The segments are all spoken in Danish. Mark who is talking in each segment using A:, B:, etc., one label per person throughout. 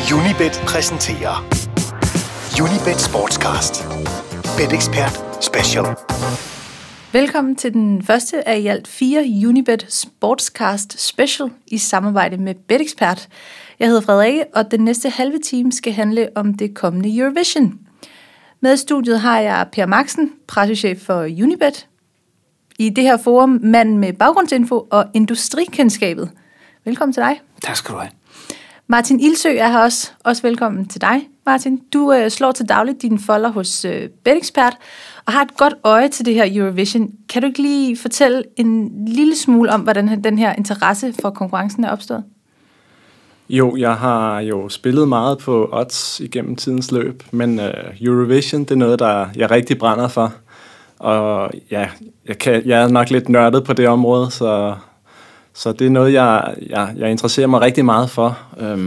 A: Unibet præsenterer Unibet Sportscast. BetExpert Special.
B: Velkommen til den første af i alt 4 Unibet Sportscast Special i samarbejde med BetExpert. Jeg hedder Frederikke, og den næste halve time skal handle om det kommende Eurovision. Med i studiet har jeg Per Maxen, pressechef for Unibet. I det her forum, manden med baggrundsinfo og industrikendskabet. Velkommen til dig.
C: Tak skal du have.
B: Martin Ilsø er her også. Også velkommen til dig, Martin. Du slår til dagligt dine folder hos BetExpert og har et godt øje til det her Eurovision. Kan du ikke lige fortælle en lille smule om, hvordan den her interesse for konkurrencen er opstået?
D: Jo, jeg har jo spillet meget på odds igennem tidens løb, men Eurovision, det er noget, jeg rigtig brænder for. Og ja, jeg er nok lidt nørdet på det område, så det er noget, jeg interesserer mig rigtig meget for.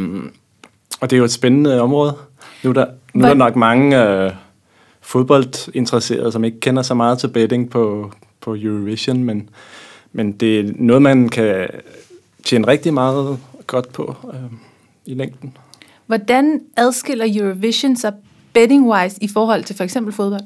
D: Og det er jo et spændende område. Nu er der nok mange fodboldinteresserede, som ikke kender så meget til betting på Eurovision, men det er noget, man kan tjene rigtig meget godt på i længden.
B: Hvordan adskiller Eurovision sig betting-wise i forhold til for eksempel fodbold?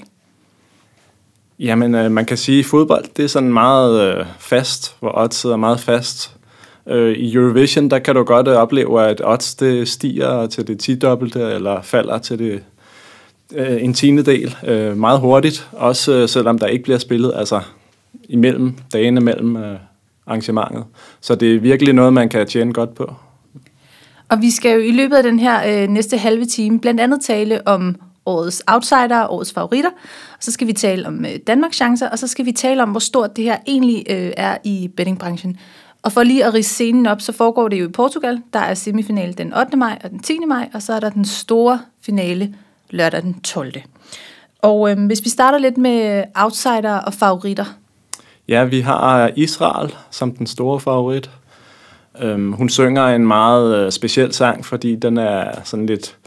D: Jamen, man kan sige, at fodbold det er sådan meget fast, hvor odds sidder meget fast. I Eurovision, der kan du godt opleve, at odds det stiger til det 10-dobbelte, eller falder til det en tiendedel meget hurtigt. Også selvom der ikke bliver spillet, altså imellem dagene mellem arrangementet. Så det er virkelig noget, man kan tjene godt på.
B: Og vi skal jo i løbet af den her næste halve time blandt andet tale om årets outsider, årets favoritter. Og så skal vi tale om Danmarks chancer, og så skal vi tale om, hvor stort det her egentlig er i bettingbranchen. Og for lige at ridse scenen op, så foregår det jo i Portugal. Der er semifinale den 8. maj og den 10. maj, og så er der den store finale lørdag den 12. Og hvis vi starter lidt med outsider og favoritter.
D: Ja, vi har Israel som den store favorit. Hun synger en meget speciel sang, fordi den er sådan lidt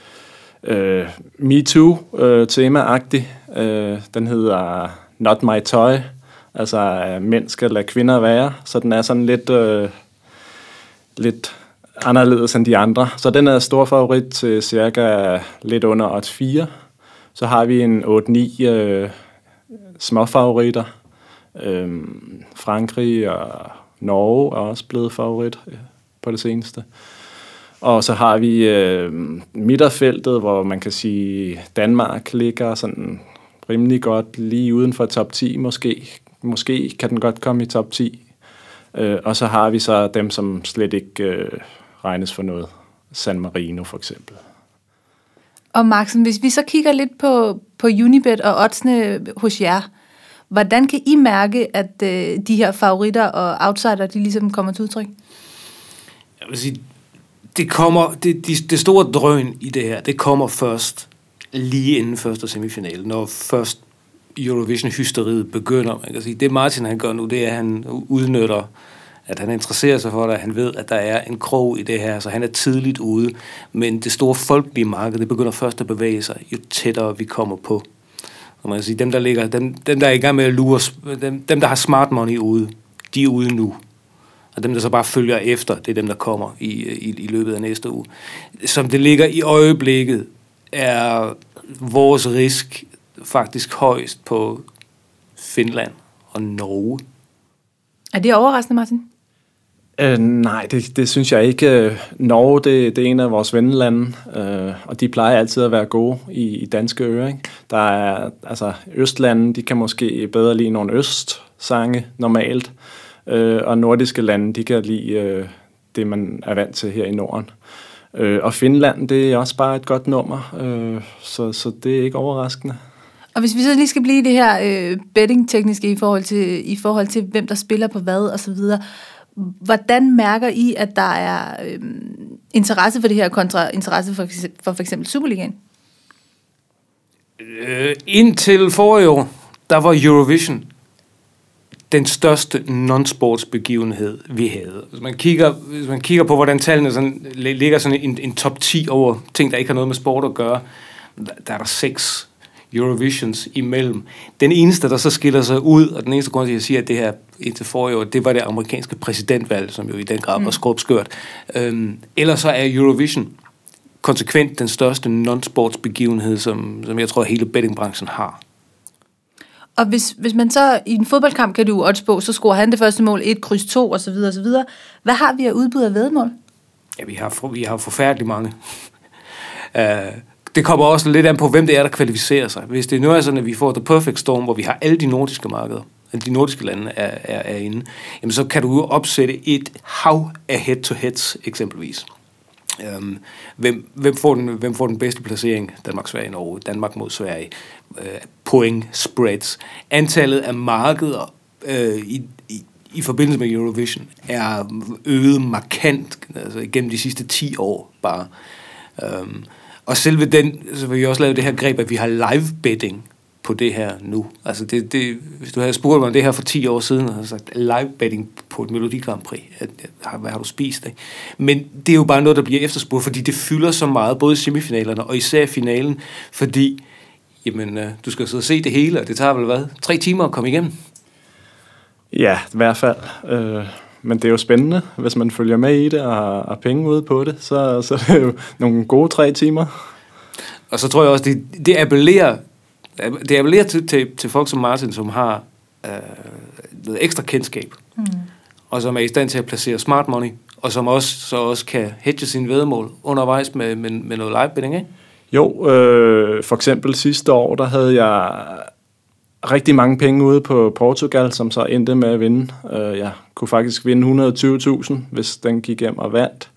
D: MeToo-tema-agtig. Den hedder Not My Toy, altså mænd skal lade kvinder være, så den er sådan lidt anderledes end de andre. Så den er stor favorit til cirka lidt under odds 4. Så har vi en 8-9 småfavoritter. Frankrig og Norge er også blevet favorit på det seneste. Og så har vi midterfeltet, hvor man kan sige, Danmark ligger sådan rimelig godt lige uden for top 10 måske. Måske kan den godt komme i top 10. Og så har vi så dem, som slet ikke regnes for noget. San Marino for eksempel.
B: Og Maxen, hvis vi så kigger lidt på Unibet og oddsene hos jer, hvordan kan I mærke, at de her favoritter og outsider, de ligesom kommer til udtryk?
C: Jeg vil sige, det store drøn i det her, det kommer først lige inden første semifinale, når først Eurovision-hysteriet begynder. Man kan sige, det Martin han gør nu, det er, at han udnytter, at han interesserer sig for det, at han ved, at der er en krog i det her, så han er tidligt ude. Men det store folkelige marked, det begynder først at bevæge sig, jo tættere vi kommer på. Og man kan sige, dem der er i gang med at lure, dem der har smart money ude, de er ude nu. Og dem, der så bare følger efter, det er dem, der kommer i løbet af næste uge. Som det ligger i øjeblikket, er vores risk faktisk højst på Finland og Norge.
B: Er det overraskende, Martin?
D: Nej, det synes jeg ikke. Norge, det er en af vores vennelande, og de plejer altid at være gode i danske ører. Ikke? Der er, altså, østlande, de kan måske bedre lide nogle østsange normalt, og nordiske lande, de kan lide det, man er vant til her i Norden. Og Finland, det er også bare et godt nummer, så det er ikke overraskende.
B: Og hvis vi så lige skal blive det her betting-tekniske i forhold til, hvem der spiller på hvad og så videre, hvordan mærker I, at der er interesse for det her kontra interesse for eksempel Superligaen?
C: Indtil forrige år, der var Eurovision den største non-sportsbegivenhed, vi havde. Hvis man kigger på, hvordan tallene sådan, ligger sådan en top 10 over ting, der ikke har noget med sport at gøre, der er der 6 Eurovisions imellem. Den eneste, der så skiller sig ud, og den eneste grund til, at jeg siger, at det her indtil forrige år, det var det amerikanske præsidentvalg, som jo i den grad var skrubskørt. Ellers så er Eurovision konsekvent den største non-sportsbegivenhed, som jeg tror, hele bettingbranchen har.
B: Og hvis man så i en fodboldkamp kan du oddsspå, så scorer han det første mål 1-2 og så videre og så videre. Hvad har vi af udbud af væddemål?
C: Ja, vi har forfærdeligt mange. Det kommer også lidt an på, hvem det er, der kvalificerer sig. Hvis det nu er sådan, at vi får The Perfect Storm, hvor vi har alle de nordiske markeder, de nordiske lande er inde, jamen så kan du jo opsætte et hav af head-to-heads eksempelvis. Hvem får den bedste placering? Danmark, Sverige, Norge. Danmark mod Sverige. Point, spreads. Antallet af markeder i forbindelse med Eurovision er øget markant, altså igennem de sidste 10 år bare. Og selve den, så vil vi også lave det her greb, at vi har live betting på det her nu. Altså hvis du havde spurgt mig om det her for 10 år siden, og havde sagt live betting på et Melodi Grand Prix, hvad har du spist? Ikke? Men det er jo bare noget, der bliver efterspurgt, fordi det fylder så meget, både i semifinalerne og især i finalen, fordi jamen, du skal sidde og se det hele, og det tager vel 3 timer at komme igennem?
D: Ja, i hvert fald. Men det er jo spændende, hvis man følger med i det og har penge ude på det, så er det jo nogle gode 3 timer.
C: Og så tror jeg også, det appellerer til folk som Martin, som har noget ekstra kendskab, og som er i stand til at placere smart money, og som også kan hedge sine væddemål undervejs med noget live betting, ikke?
D: Jo, for eksempel sidste år, der havde jeg rigtig mange penge ude på Portugal, som så endte med at vinde. Jeg kunne faktisk vinde 120.000, hvis den gik hjem og vandt.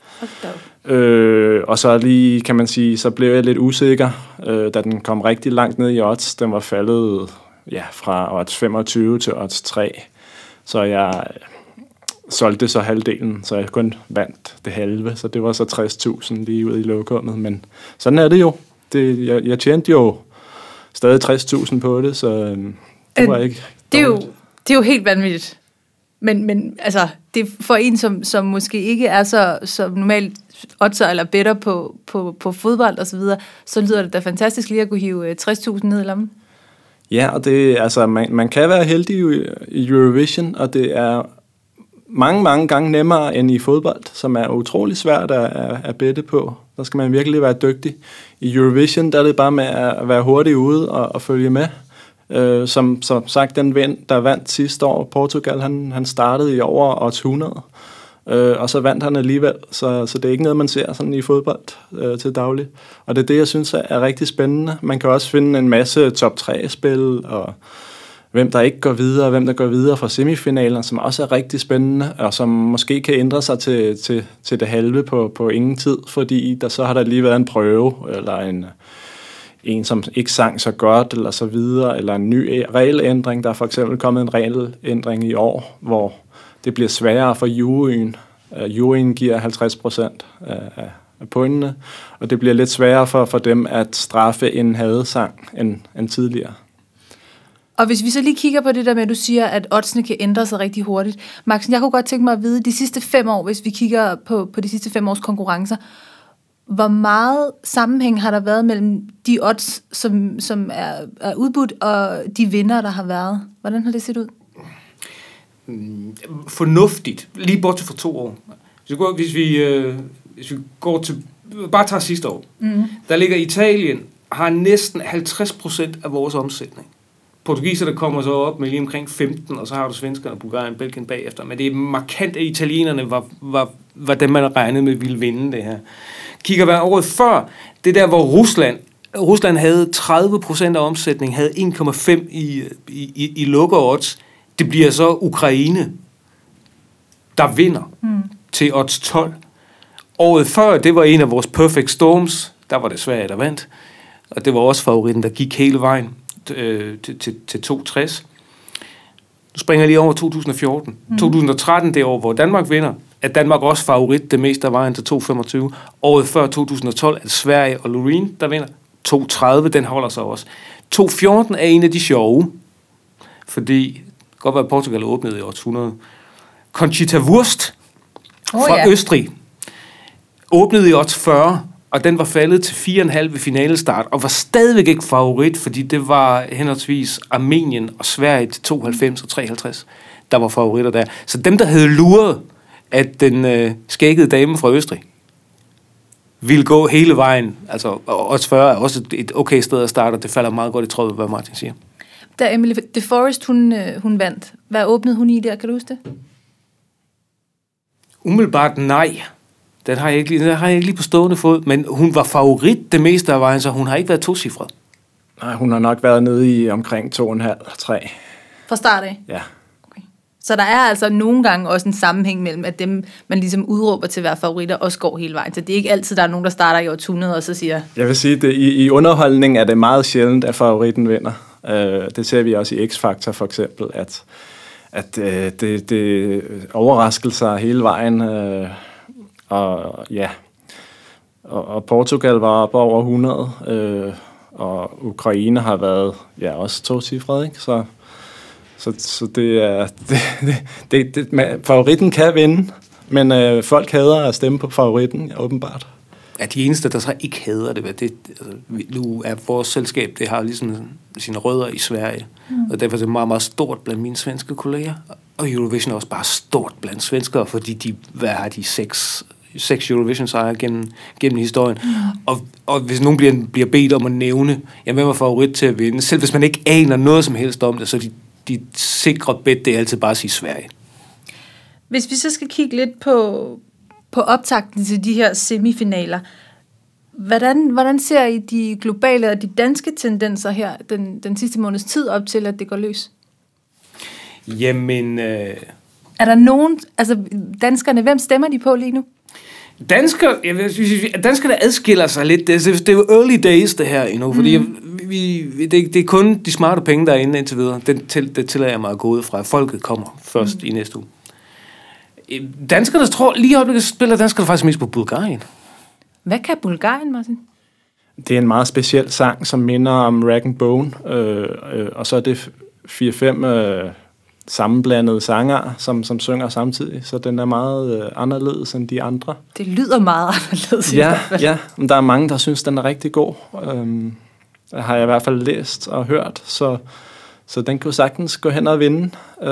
D: Og så lige, kan man sige, så blev jeg lidt usikker, da den kom rigtig langt ned i odds. Den var faldet fra odds 25 til odds 3. Så jeg solgte så halvdelen, så jeg kun vandt det halve. Så det var så 60.000 lige ud i lokummet. Men sådan er det jo. Jeg tjente jo stadig 60.000 på det, så det var ikke
B: det er jo helt vanvittigt. Men altså, det for en, som måske ikke er så normalt oddser eller better på fodbold og så videre, så lyder det da fantastisk lige at kunne hive 60.000 ned i lommen.
D: Ja, og det, altså, man kan være heldig i Eurovision, og det er mange gange nemmere end i fodbold, som er utrolig svært at bette på. Der skal man virkelig være dygtig. I Eurovision, der er det bare med at være hurtig ude og følge med. Som sagt, den der vandt sidste år, Portugal, han startede i over odds 100, og så vandt han alligevel, så det er ikke noget, man ser sådan i fodbold til daglig. Og det er det, jeg synes er rigtig spændende. Man kan også finde en masse top 3-spil, og hvem der ikke går videre, og hvem der går videre fra semifinalerne, som også er rigtig spændende, og som måske kan ændre sig til det halve på ingen tid, fordi så har der lige været en prøve, eller en, som ikke sang så godt, eller så videre, eller en ny regelændring. Der er for eksempel kommet en regelændring i år, hvor det bliver sværere for juryen. Juryen giver 50% af pointene, og det bliver lidt sværere for dem at straffe en hadesang end tidligere.
B: Og hvis vi så lige kigger på det der med, at du siger, at oddsene kan ændre sig rigtig hurtigt. Maxen, jeg kunne godt tænke mig at vide, de sidste 5 år, hvis vi kigger på de sidste 5 års konkurrencer, hvor meget sammenhæng har der været mellem de odds, som er udbudt, og de vinder, der har været? Hvordan har det set ud?
C: Fornuftigt. Lige bortset fra 2 år. Hvis vi går til... Bare tager sidste år. Der ligger Italien, har næsten 50% af vores omsætning. Portugiserne kommer så op med lige omkring 15, og så har du svenskerne, Bulgarien, Belgien bagefter. Men det er markant, at italienerne var dem, man regnede med ville vinde det her. Kigger vi året før, det der, hvor Rusland havde 30% af omsætning, havde 1,5 i lukker-odds. Det bliver så Ukraine, der vinder til odds 12. Året før, det var en af vores perfect storms. Der var det Sverige, der vandt. Og det var også favoritten, der gik hele vejen til 260. Nu springer jeg lige over 2014. 2013, det år, hvor Danmark vinder, er Danmark også favorit, det meste af vejen til 225. Året før 2012 er det Sverige og Loreen, der vinder. 230, den holder sig også. 214 er en af de sjove, fordi godt være Portugal åbnede i år 100. Conchita Wurst fra Østrig åbnede i odds 40, og den var faldet til 4,5 ved finalestart, og var stadigvæk ikke favorit, fordi det var henholdsvis Armenien og Sverige til 92 og 53, der var favoritter der. Så dem, der havde luret, at den skækkede dame fra Østrig vil gå hele vejen. Altså, Odds 40 er også et okay sted at starte, og det falder meget godt i tråd med, hvad Martin siger.
B: Da Emily De Forest, hun vandt, hvad åbnede hun i der? Kan du huske det?
C: Umiddelbart nej. Den har jeg ikke lige på stående fod, men hun var favorit det meste af vejen, så hun har ikke været tocifret.
D: Nej, hun har nok været nede i omkring 2,5-3.
B: Fra start af?
D: Ja.
B: Okay. Så der er altså nogle gange også en sammenhæng mellem, at dem, man ligesom udråber til at være favoritter, også går hele vejen. Så det er ikke altid, der er nogen, der starter i årtusindet og så siger...
D: Jeg vil sige, at i underholdning er det meget sjældent, at favoritten vinder. Det ser vi også i X-Factor for eksempel, at det overraskelser hele vejen... Og Portugal var op over 100, og Ukraine har været også tocifret, ikke? Så det er favoritten kan vinde, men folk hader at stemme på favoritten, åbenbart.
C: Ja, de eneste, der så ikke hader det, altså, nu er vores selskab, det har ligesom sine rødder i Sverige, og derfor er det meget, meget stort blandt mine svenske kolleger, og Eurovision er også bare stort blandt svenskere, fordi har de seks Eurovision-sejre gennem historien. Og hvis nogen bliver bedt om at nævne, hvem er favorit til at vinde, selv hvis man ikke aner noget som helst om det, så de sikre bet, det er altid bare at sige Sverige.
B: Hvis vi så skal kigge lidt på optakten til de her semifinaler, hvordan ser I de globale og de danske tendenser her den sidste måneds tid op til, at det går løs?
C: Jamen...
B: Er der nogen, altså danskerne, hvem stemmer de på lige nu?
C: Danskerne adskiller sig lidt. Det er jo early days, det her endnu, fordi det er kun de smarte penge, der er inde indtil videre. Det tillader jeg mig at gå ud fra. Folket kommer først i næste uge. Danskerne tror, lige øjeblikket spiller danskerne faktisk mest på Bulgarien.
B: Hvad kan Bulgarien, Martin?
D: Det er en meget speciel sang, som minder om Rag & Bone, og så er det 4-5 sammenblandede sanger, som synger samtidig, så den er meget anderledes end de andre.
B: Det lyder meget anderledes.
D: Ja, men der er mange, der synes, den er rigtig god. Har jeg i hvert fald læst og hørt, så den kunne sagtens gå hen og vinde.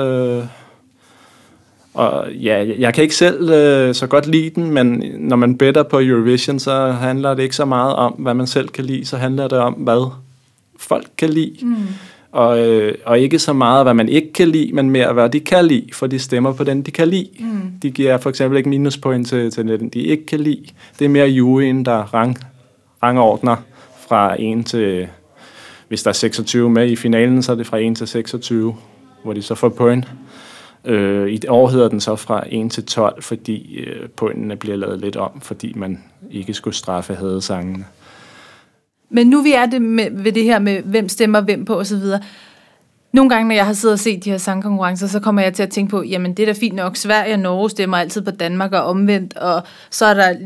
D: Og ja, jeg kan ikke selv så godt lide den, men når man better på Eurovision, så handler det ikke så meget om, hvad man selv kan lide, så handler det om, hvad folk kan lide. Og ikke så meget, hvad man ikke kan lide, men mere, hvad de kan lide, for de stemmer på den, de kan lide. De giver for eksempel ikke minuspoint til den, de ikke kan lide. Det er mere juryen, der rangordner fra 1 til... Hvis der er 26 med i finalen, så er det fra 1 til 26, hvor de så får point. I år hedder den så fra 1 til 12, fordi pointene bliver lavet lidt om, fordi man ikke skulle straffe hadesangene.
B: Men nu vi er det ved det her med, hvem stemmer hvem på osv. Nogle gange, når jeg har siddet og set de her sangkonkurrencer, så kommer jeg til at tænke på, jamen det er da fint nok, Sverige og Norge stemmer altid på Danmark og omvendt, og så er der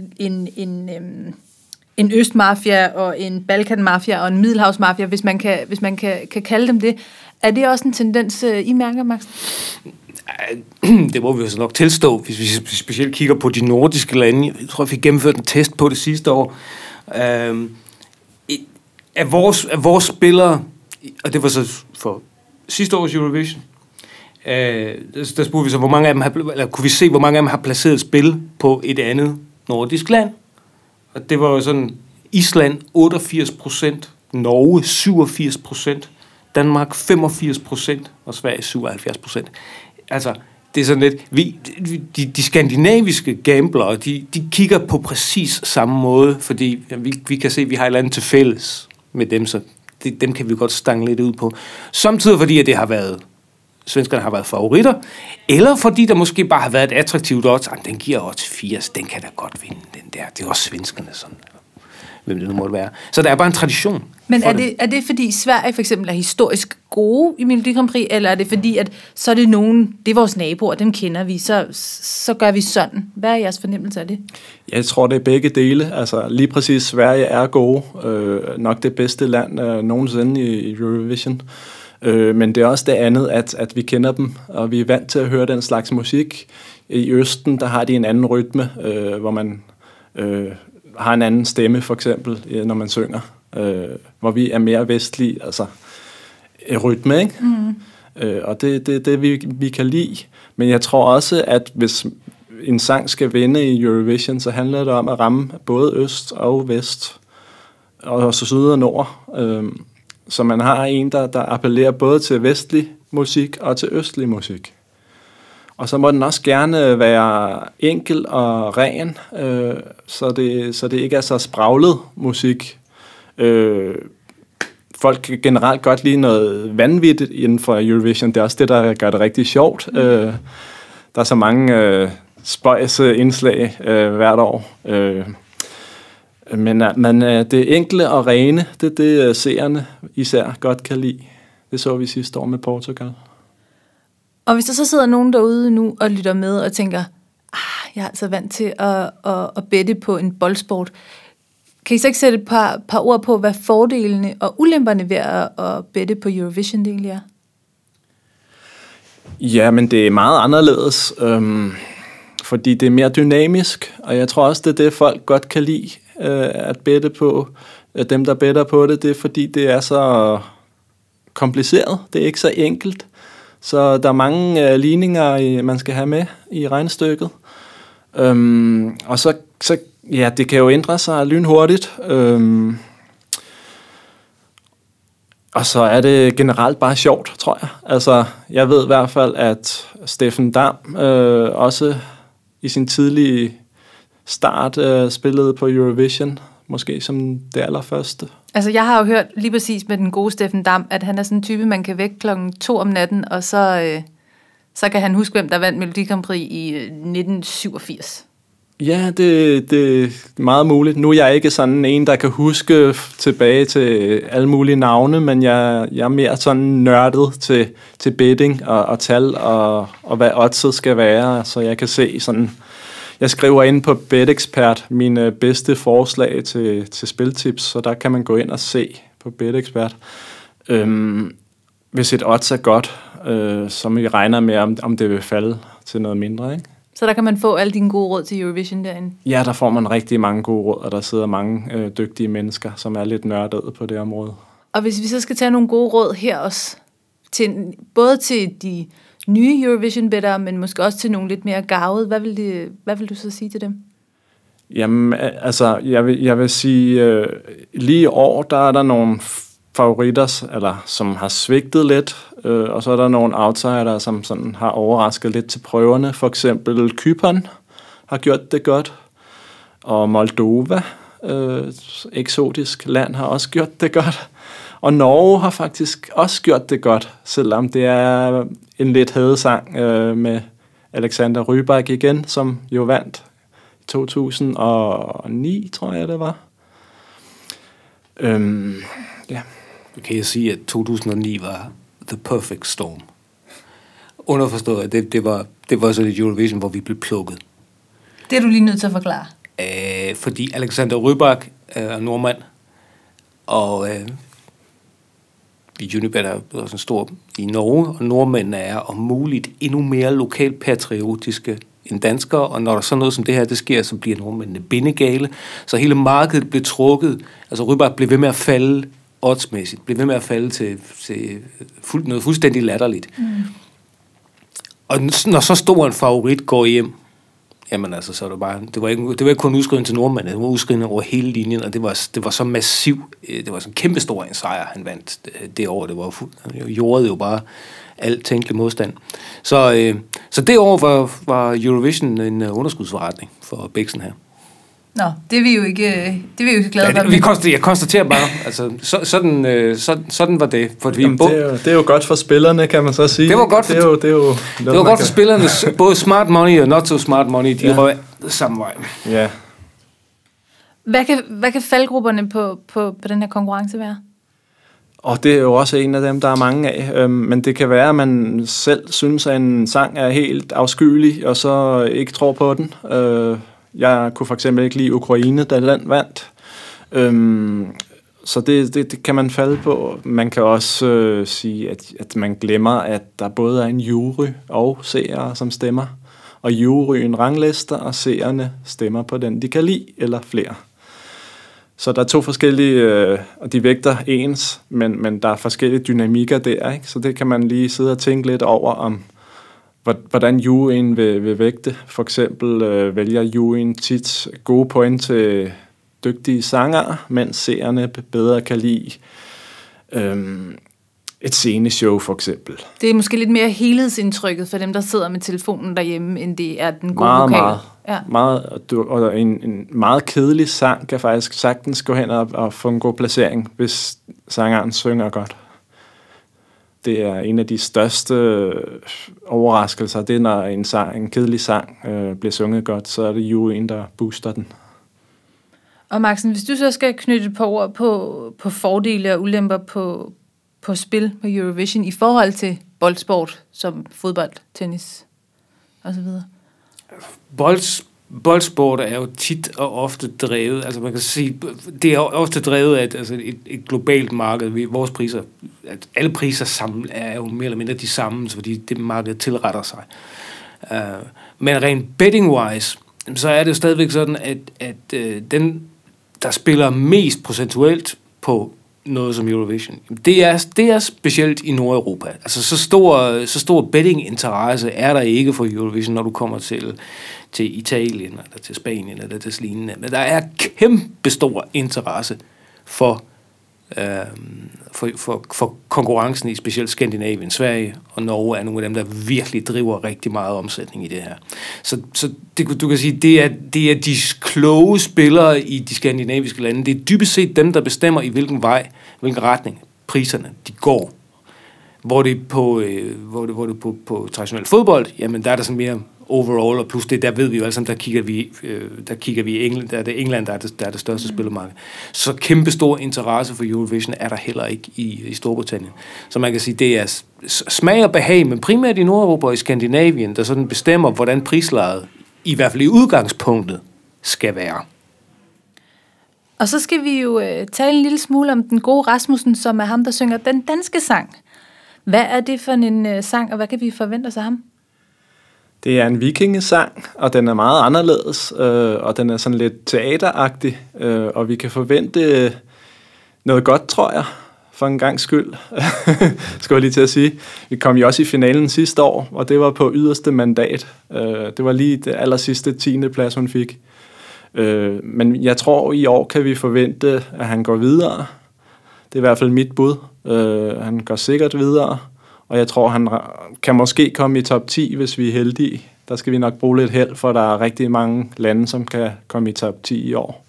B: en østmafia og en balkanmafia og en middelhavsmafia, hvis man kan kalde dem det. Er det også en tendens, I mærker, Max?
C: Det må vi jo så nok tilstå, hvis vi specielt kigger på de nordiske lande. Jeg tror, vi gennemførte en test på det sidste år. Af vores spillere, og det var så for sidste års Eurovision, der spurgte vi så, hvor mange af dem kunne vi se, hvor mange af dem har placeret et spil på et andet nordisk land. Og det var jo sådan, Island 88%, Norge 87%, Danmark 85% og Sverige 77%. Altså, det er sådan lidt, de skandinaviske gamblere, de kigger på præcis samme måde, fordi vi kan se, at vi har et eller andet til fælles med dem, så dem kan vi godt stange lidt ud på. Samtidig fordi, at svenskerne har været favoritter, eller fordi der måske bare har været et attraktivt odds. Den giver odds 80, den kan da godt vinde, den der. Det er også svenskerne sådan. Hvem det nu måtte være. Så der er bare en tradition.
B: Men er det fordi Sverige for eksempel er historisk gode i Melodi Grand Prix, eller er det fordi, at så er det det er vores naboer, dem kender vi, så gør vi sådan? Hvad er jeres fornemmelse af det? Jeg
D: tror, det er begge dele. Altså lige præcis Sverige er gode. Nok det bedste land nogensinde i Eurovision. Men det er også det andet, at vi kender dem, og vi er vant til at høre den slags musik. I Østen, der har de en anden rytme, hvor man har en anden stemme, for eksempel, når man synger. Hvor vi er mere vestlige, altså rytme, ikke? Og det vi kan lide. Men jeg tror også, at hvis en sang skal vinde i Eurovision, så handler det om at ramme både øst og vest, og så syd og nord. Så man har en, der appellerer både til vestlig musik og til østlig musik. Og så må den også gerne være enkel og ren, så det ikke er så spraglet musik. Folk kan generelt godt lide noget vanvittigt inden for Eurovision. Det er også det, der gør det rigtig sjovt. Der er så mange spøjse indslag hvert år. Men det enkle og rene, det er det seerne især godt kan lide. Det så vi sidste år med Portugal.
B: Og hvis der så sidder nogen derude nu og lytter med og tænker, jeg er altså vant til at bette på en boldsport. Kan I så ikke sætte et par ord på, hvad fordelene og ulemperne ved at bette på Eurovision det egentlig er?
D: Ja, men det er meget anderledes, fordi det er mere dynamisk, og jeg tror også, det er det, folk godt kan lide at bette på. Dem, der better på det, det er fordi, det er så kompliceret. Det er ikke så enkelt. Så der er mange ligninger, man skal have med i regnestykket. Og så ja, det kan jo ændre sig lynhurtigt. Og så er det generelt bare sjovt, tror jeg. Altså, jeg ved i hvert fald, at Steffen Dam også i sin tidlige start spillede på Eurovision, måske som det allerførste.
B: Altså, jeg har jo hørt lige præcis med den gode Steffen Dam, at han er sådan en type, man kan vække 2:00 om natten, og så kan han huske, hvem der vandt Melodi Grand Prix i 1987.
D: Ja, det er meget muligt. Nu er jeg ikke sådan en, der kan huske tilbage til alle mulige navne, men jeg er mere sådan nørdet til betting og tal og hvad oddset skal være, så jeg kan se sådan. Jeg skriver ind på BetExpert mine bedste forslag til spiltips, så der kan man gå ind og se på BetExpert. Hvis et odds er godt, så vi regner med, om det vil falde til noget mindre, ikke?
B: Så der kan man få alle dine gode råd til Eurovision derinde? Ja,
D: der får man rigtig mange gode råd, og der sidder mange dygtige mennesker, som er lidt nørdede på det område.
B: Og hvis vi så skal tage nogle gode råd her også, både til de nye Eurovision-bettere, men måske også til nogle lidt mere garvede, hvad vil du så sige til dem?
D: Jamen, altså, jeg vil sige, lige i år, der er der nogle favoritter, som har svigtet lidt, og så er der nogle outsider, som sådan har overrasket lidt til prøverne. For eksempel Cypern har gjort det godt, og Moldova, eksotisk land, har også gjort det godt. Og Norge har faktisk også gjort det godt, selvom det er en lidt hadesang med Alexander Rybak igen, som jo vandt i 2009, tror jeg det var.
C: Ja. Kan jeg sige, at 2009 var the perfect storm. Underforstået, at det var så lidt Eurovision, hvor vi blev plukket.
B: Det er du lige nødt til at forklare.
C: Fordi Alexander Rybak er nordmand, og Unibet er sådan stor i Norge, og nordmændene er om muligt endnu mere lokalpatriotiske end danskere, og når der så noget som det her, det sker, så bliver nordmændene bindegale, så hele markedet blev trukket, altså Rybak blev ved med at falde oddsmæssigt, blev ved med at falde til noget fuldstændig latterligt. Og når så stor en favorit går hjem, jamen altså, så er det bare, det var ikke kun udskriven til nordmænd, det var udskriven over hele linjen, og det var så massiv, det var sådan en kæmpe stor en sejr, han vandt det år, han jordede jo bare alt tænkelig modstand. Så det år var Eurovision en underskudsforretning for Bexen her.
B: Nå, det er vi jo ikke glade for.
C: Jeg konstaterer bare, altså sådan var det. For
D: jamen, det er jo godt for spillerne, kan man så sige.
C: Det var godt for spillerne, både smart money og not so smart money, de røg samme vej.
D: Ja.
B: Hvad kan faldgrupperne på den her konkurrence være?
D: Og det er jo også en af dem, der er mange af. Men det kan være, at man selv synes, at en sang er helt afskyelig, og så ikke tror på den. Jeg kunne for eksempel ikke lide Ukraine, da den vandt. Så det kan man falde på. Man kan også sige, at man glemmer, at der både er en jury og seere, som stemmer. Og juryen ranglister, og seerne stemmer på den, de kan lide, eller flere. Så der er to forskellige, og de vægter ens, men der er forskellige dynamikker der, ikke? Så det kan man lige sidde og tænke lidt over, hvordan juryen vil vægte. For eksempel vælger juryen tit gode point til dygtige sangere, mens seerne bedre kan lide et sceneshow for eksempel.
B: Det er måske lidt mere helhedsindtrykket for dem, der sidder med telefonen derhjemme, end det er den gode vokal.
D: Og en meget kedelig sang kan faktisk sagtens gå hen og få en god placering, hvis sangeren synger godt. Det er en af de største overraskelser, det er, når en kedelig sang bliver sunget godt, så er det juryen, der booster den.
B: Og Maxen, hvis du så skal knytte et par ord på fordele og ulemper på spil på Eurovision i forhold til boldsport som fodbold, tennis osv.
C: Boldsport er jo tit og ofte drevet, altså man kan sige, det er ofte drevet af et globalt marked. Vores priser, at alle priser sammen er jo mere eller mindre de samme, fordi det marked tilretter sig. Men rent betting-wise, så er det jo stadigvæk sådan, at den, der spiller mest procentuelt på noget som Eurovision, det er specielt i Nordeuropa. Altså så stor betting-interesse er der ikke for Eurovision, når du kommer til Italien, eller til Spanien, eller til lignende. Men der er kæmpe stor interesse for konkurrencen i specielt Skandinavien. Sverige og Norge er nogle af dem, der virkelig driver rigtig meget omsætning i det her. Så det, du kan sige, det er de kloge spillere i de skandinaviske lande. Det er dybest set dem, der bestemmer i hvilken retning priserne de går. Hvor det på traditionel fodbold, jamen der er der sådan mere overall, og plus det, der ved vi jo alle sammen, der kigger vi i England, der er det England, der er det største spillermarked. Så kæmpe stor interesse for Eurovision er der heller ikke i Storbritannien. Så man kan sige, det er smag og behag, men primært i Nordeuropa og i Skandinavien, der sådan bestemmer, hvordan prislejet, i hvert fald i udgangspunktet, skal være.
B: Og så skal vi jo tale en lille smule om den gode Rasmussen, som er ham, der synger den danske sang. Hvad er det for en sang, og hvad kan vi forvente os af ham?
D: Det er en vikingesang, og den er meget anderledes, og den er sådan lidt teateragtig, og vi kan forvente noget godt, tror jeg, for en gangs skyld, skal jeg lige til at sige. Vi kom jo også i finalen sidste år, og det var på yderste mandat. Det var lige det aller sidste 10. plads, hun fik. Men jeg tror, i år kan vi forvente, at han går videre. Det er i hvert fald mit bud. Han går sikkert videre. Og jeg tror, han kan måske komme i top 10, hvis vi er heldige. Der skal vi nok bruge lidt held, for der er rigtig mange lande, som kan komme i top 10 i år.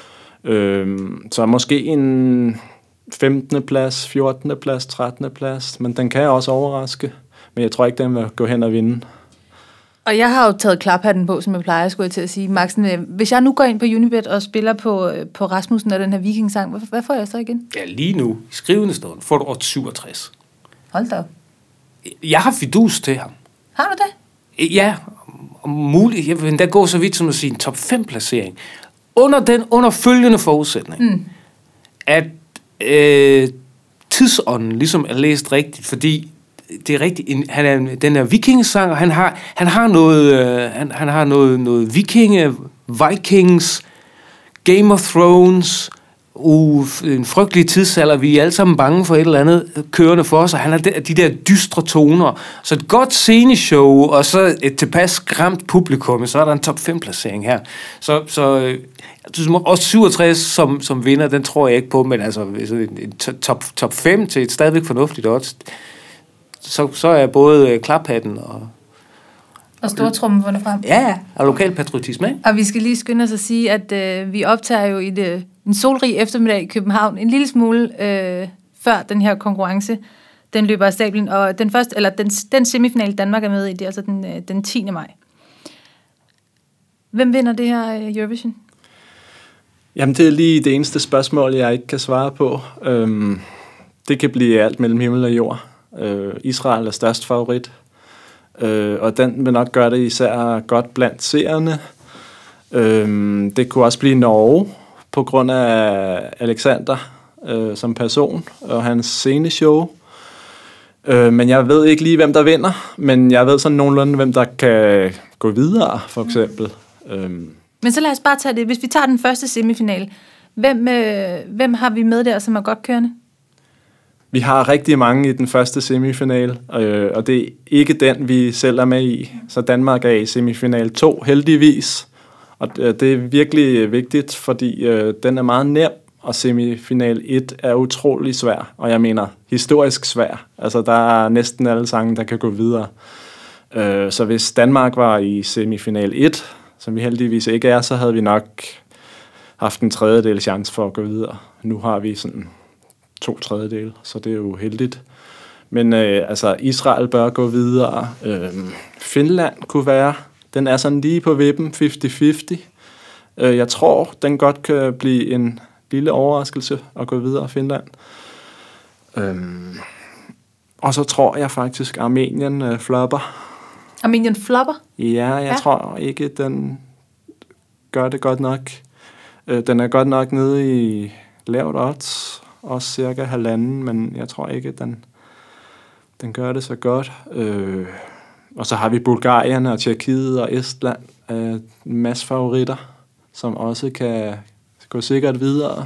D: Så måske en 15. plads, 14. plads, 13. plads. Men den kan også overraske. Men jeg tror ikke, den vil gå hen og vinde.
B: Og jeg har jo taget klaphatten på, som jeg plejer, skulle jeg til at sige. Maxen, hvis jeg nu går ind på Unibet og spiller på Rasmussen og den her vikingsang, hvad får jeg så igen?
C: Ja, lige nu, i skrivende stund, får du 67. Hold
B: da op.
C: Jeg har fidus til ham.
B: Har du det?
C: Ja, muligt. Jeg vil endda gå så vidt som at sige en top 5 placering. Under følgende forudsætning, at tidsånden ligesom er læst rigtigt, fordi det er rigtigt. Den er vikingesang, og han har noget vikinge, Vikings, Game of Thrones, en frygtelig tidsalder, vi er alle sammen bange for et eller andet kørende for os, og han har de der dystre toner. Så et godt sceneshow, og så et tilpas skræmt publikum, så er der en top 5 placering her. Så jeg synes også 67 som vinder, den tror jeg ikke på, men altså en top 5 til et stadigvæk fornuftigt odds, så er både klaphatten
B: og stortrummen fundet frem.
C: Ja, og lokal patriotisme, ikke?
B: Og vi skal lige skynde os at sige, at vi optager jo i en solrig eftermiddag i København en lille smule før den her konkurrence. Den løber af stablen, og den semifinale Danmark er med i, det er altså den 10. maj. Hvem vinder det her Eurovision?
D: Jamen, det er lige det eneste spørgsmål, jeg ikke kan svare på. Det kan blive alt mellem himmel og jord. Israel er størst favorit, og den vil nok gøre det især godt blandt seerne. Det kunne også blive Norge, på grund af Alexander som person og hans sceneshow. Men jeg ved ikke lige, hvem der vinder, men jeg ved sådan nogenlunde, hvem der kan gå videre, for eksempel.
B: Men så lad os bare tage det. Hvis vi tager den første semifinal, hvem har vi med der, som er godt kørende?
D: Vi har rigtig mange i den første semifinal, og det er ikke den, vi selv er med i. Så Danmark er i semifinal 2, heldigvis. Og det er virkelig vigtigt, fordi den er meget nem, og semifinal 1 er utrolig svær. Og jeg mener historisk svær. Altså, der er næsten alle sange, der kan gå videre. Så hvis Danmark var i semifinal 1, som vi heldigvis ikke er, så havde vi nok haft en tredjedel chance for at gå videre. Nu har vi sådan 2/3, så det er jo heldigt. Men altså, Israel bør gå videre. Finland kunne være. Den er sådan lige på vippen, 50-50. Jeg tror, den godt kan blive en lille overraskelse at gå videre, Finland. Og så tror jeg faktisk, Armenien flopper.
B: Armenien flopper?
D: Ja, jeg tror ikke, den gør det godt nok. Den er godt nok nede i lavt odds, også cirka 1,5, men jeg tror ikke, den gør det så godt. Og så har vi Bulgarien og Tjekkiet og Estland, en masse favoritter, som også kan gå sikkert videre.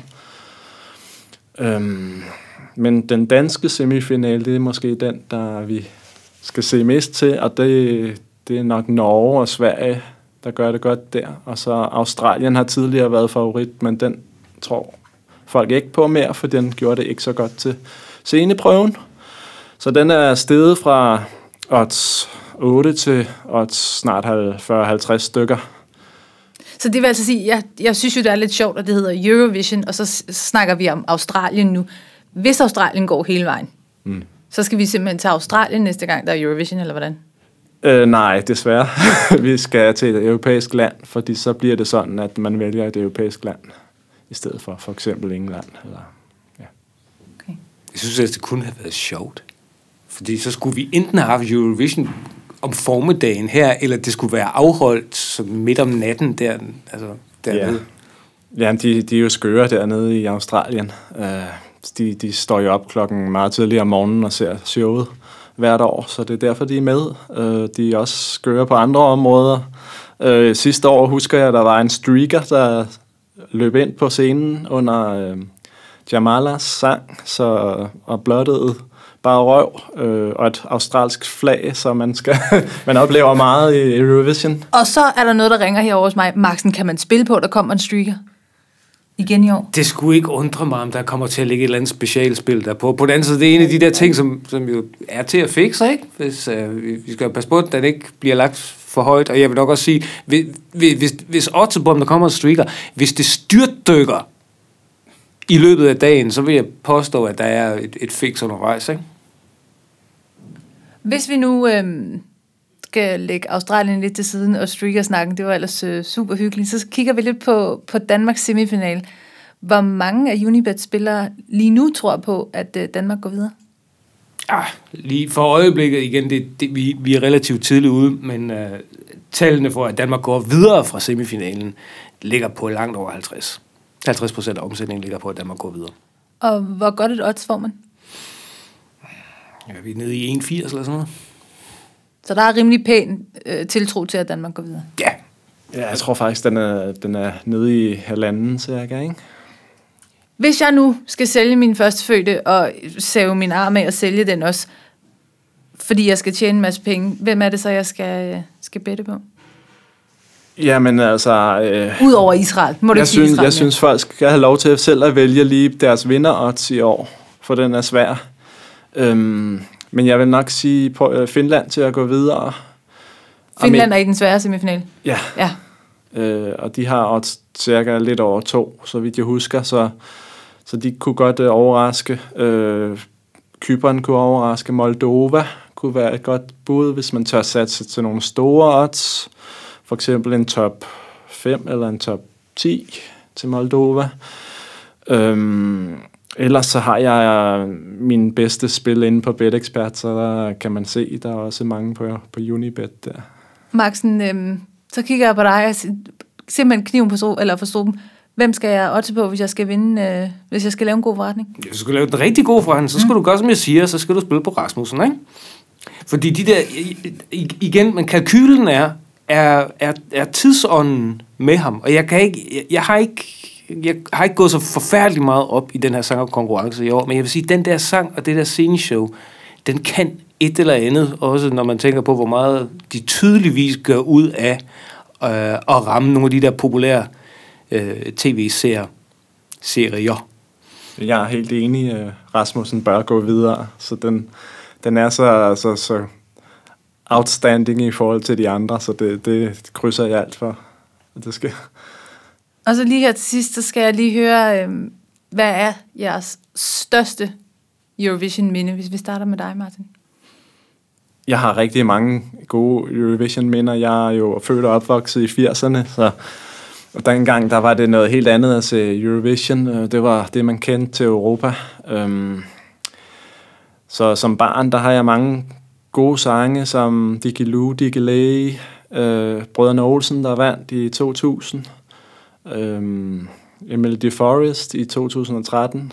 D: Men den danske semifinal, det er måske den, der vi skal se mest til, og det er nok Norge og Sverige, der gør det godt der. Og så Australien har tidligere været favorit, men den tror folk ikke på mere, for den gjorde det ikke så godt til sceneprøven. Så den er steget fra odds 8 til odds snart 40-50 stykker.
B: Så det vil altså sige, jeg synes jo, det er lidt sjovt, at det hedder Eurovision, og så snakker vi om Australien nu. Hvis Australien går hele vejen, så skal vi simpelthen til Australien næste gang, der er Eurovision, eller hvordan?
D: Nej, desværre. Vi skal til et europæisk land, fordi så bliver det sådan, at man vælger et europæisk land, i stedet for eksempel England. Eller, ja.
C: Okay. Jeg synes, at det kunne have været sjovt. Fordi så skulle vi enten have haft Eurovision om formiddagen her, eller det skulle være afholdt som midt om natten der, altså dernede.
D: Ja. Jamen, de er jo skøre dernede i Australien. De står jo op klokken meget tidligere om morgenen og ser showet hvert år, så det er derfor, de er med. De er også skøre på andre områder. Sidste år husker jeg, der var en streaker, der løb ind på scenen under Jamalas sang, og blottede bare røv og et australsk flag, så man oplever meget i Eurovision.
B: Og så er der noget, der ringer herovre hos mig. Maxen, kan man spille på, der kommer en streaker? Igen i år.
C: Det skulle ikke undre mig, om der kommer til at ligge et eller andet specialspil der på. På den anden side, det er en af de der ting, som jo er til at fikse, ikke? Hvis vi skal passe på, at den ikke bliver lagt for højt. Og jeg vil nok også sige, hvis Ottebom, der kommer en streaker, hvis det styrtdykker i løbet af dagen, så vil jeg påstå, at der er et fix undervejs, ikke?
B: Hvis vi nu skal lægge Australien lidt til siden og streakersnakken, det var ellers super hyggeligt, så kigger vi lidt på Danmarks semifinal. Hvor mange af Unibet-spillere lige nu tror på, at Danmark går videre?
C: Lige for øjeblikket igen, vi er relativt tidligt ude, men tallene for, at Danmark går videre fra semifinalen, ligger på langt over 50. 50% af omsætningen ligger på, at Danmark går videre.
B: Og hvor godt et odds får man?
C: Ja, vi er nede i 1,80 eller sådan noget.
B: Så der er rimelig pæn tiltro til, at Danmark går videre?
C: Ja.
D: Ja, jeg tror faktisk, den er nede i 1,5 cirka, ikke?
B: Hvis jeg nu skal sælge min førstefødte og save min arm af og sælge den også, fordi jeg skal tjene en masse penge, hvem er det så, jeg skal bette på?
D: Jamen altså...
B: Udover Israel. Må du ikke sige Israel?
D: Jeg synes, folk skal have lov til selv at vælge lige deres vinder-odds i år, for den er svær. Men jeg vil nok sige på Finland til at gå videre.
B: Finland er i den svære semifinal?
D: Ja. Og de har odds cirka lidt over 2, så vidt jeg husker, så de kunne godt overraske. Cypern kunne overraske. Moldova kunne være et godt bud, hvis man tør satse til nogle store odds. For eksempel en top 5 eller en top 10 til Moldova. Ellers så har jeg min bedste spil inde på BetExpert, så der kan man se, der er også mange på Unibet der.
B: Maxen, så kigger jeg på dig og simpelthen kniven på for struben. Hvem skal jeg otte på, hvis jeg skal vinde, hvis jeg skal lave en god forretning? Hvis
C: du skal lave en rigtig god forretning, så skal du gøre, som jeg siger, så skal du spille på Rasmussen, ikke? Fordi de der, igen, men kalkylen er tidsånden med ham, og jeg har ikke jeg har ikke gået så forfærdeligt meget op i den her sangerkonkurrence i år, men jeg vil sige, den der sang og det der sceneshow, den kan et eller andet, også når man tænker på, hvor meget de tydeligvis gør ud af at ramme nogle af de der populære tv-serier.
D: Jeg er helt enig, Rasmussen bør gå videre, så den er så outstanding i forhold til de andre, så det krydser jeg alt for, at det skal.
B: Og så lige her til sidst, så skal jeg lige høre, hvad er jeres største Eurovision-minde, hvis vi starter med dig, Martin?
D: Jeg har rigtig mange gode Eurovision-minder. Jeg er jo født og opvokset i 80'erne, så og dengang der var det noget helt andet at se Eurovision. Det var det, man kendte til Europa. Så som barn, der har jeg mange gode sange, som Diggiloo, Diggiley, Brødrene Olsen, der vandt i 2000. Emily de Forest i 2013.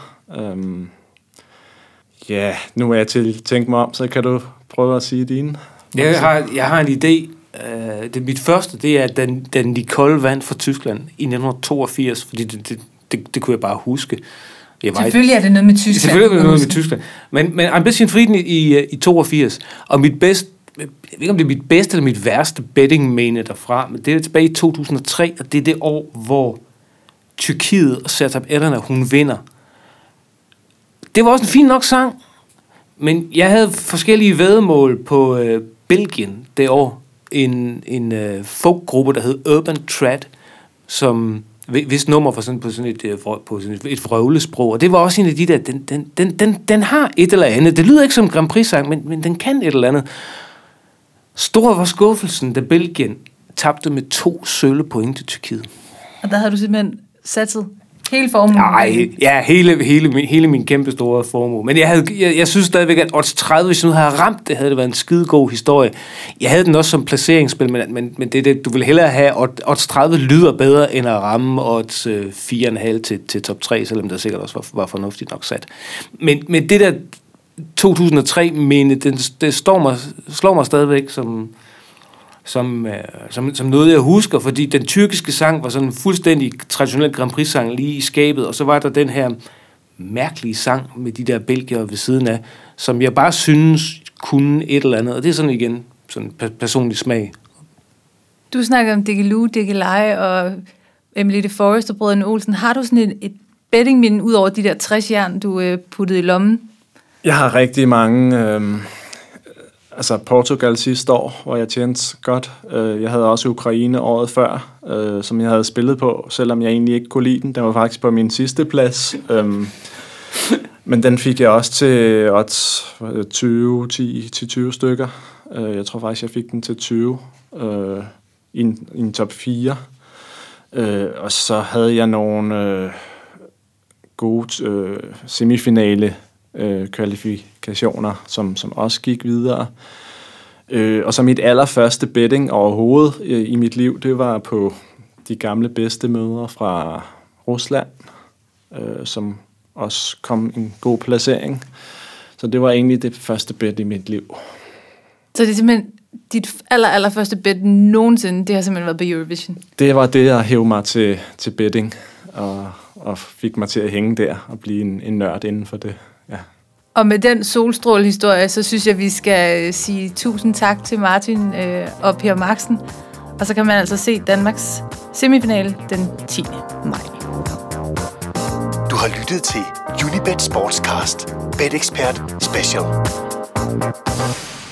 D: Nu er jeg til at tænke mig om, så kan du prøve at sige dine.
C: Jeg har en idé. Mit første, det er, da Nicole vandt for Tyskland i 1982, fordi det kunne jeg bare huske.
B: Selvfølgelig er det noget med Tyskland.
C: Selvfølgelig er det noget med Tyskland. Men Ein bisschen Frieden i 82, og mit bedste, jeg ved ikke, om det er mit bedste eller mit værste betting-mene derfra, men det er tilbage i 2003, og det er det år, hvor Tyrkiet og Sertab Erener, hun vinder. Det var også en fin nok sang, men jeg havde forskellige væddemål på Belgien det år. En folkgruppe, der hed Urban Trad, som hvis nummer for sådan, på sådan et vrøvlesprog, og det var også en af de der, den har et eller andet. Det lyder ikke som en Grand Prix-sang, men den kan et eller andet. Stor var skuffelsen, da Belgien tabte med 2 sølvpoint til Tyrkiet.
B: Og der havde du simpelthen satset hele formuen?
C: Nej, ja, hele min kæmpe store formue. Men jeg synes stadigvæk, at odds 30, hvis jeg nu havde ramt det, havde det været en skidegod historie. Jeg havde den også som placeringsspil, men det, du vil hellere have, odds 30 lyder bedre, end at ramme odds 4,5 til top 3, selvom der sikkert også var fornuftigt nok sat. Men det der 2003-mene, det slår mig stadigvæk som noget, jeg husker, fordi den tyrkiske sang var sådan en fuldstændig traditionel Grand Prix-sang lige i skabet, og så var der den her mærkelige sang med de der belgiere ved siden af, som jeg bare synes kunne et eller andet, og det er sådan igen sådan personlig smag.
B: Du snakker om Diggiloo, Diggiley og Emily de Forest og Brødrene Olsen. Har du sådan et bettingminde ud over de der 60 jern, du puttede i lommen? Jeg
D: har rigtig mange. Portugal sidste år, hvor jeg tjente godt. Jeg havde også Ukraine året før, som jeg havde spillet på, selvom jeg egentlig ikke kunne lide den. Den var faktisk på min sidste plads. Men den fik jeg også til odds 10-20 stykker. Jeg tror faktisk, jeg fik den til 20 i en top 4. Og så havde jeg nogle gode semifinale kvalifikationer, som også gik videre. Og så mit allerførste betting overhovedet i mit liv, det var på de gamle bedstemødre fra Rusland, som også kom en god placering. Så det var egentlig det første bet i mit liv.
B: Så det er simpelthen dit allerførste bet nogensinde, det har simpelthen været på Eurovision?
D: Det var det, der hævde mig til betting, og fik mig til at hænge der og blive en nørd inden for det. Ja.
B: Og med den solstrålehistorie, så synes jeg, vi skal sige tusind tak til Martin og Per Maxen. Og så kan man altså se Danmarks semifinale den 10. maj.
A: Du har lyttet til Unibet Sportscast. BetExpert Special.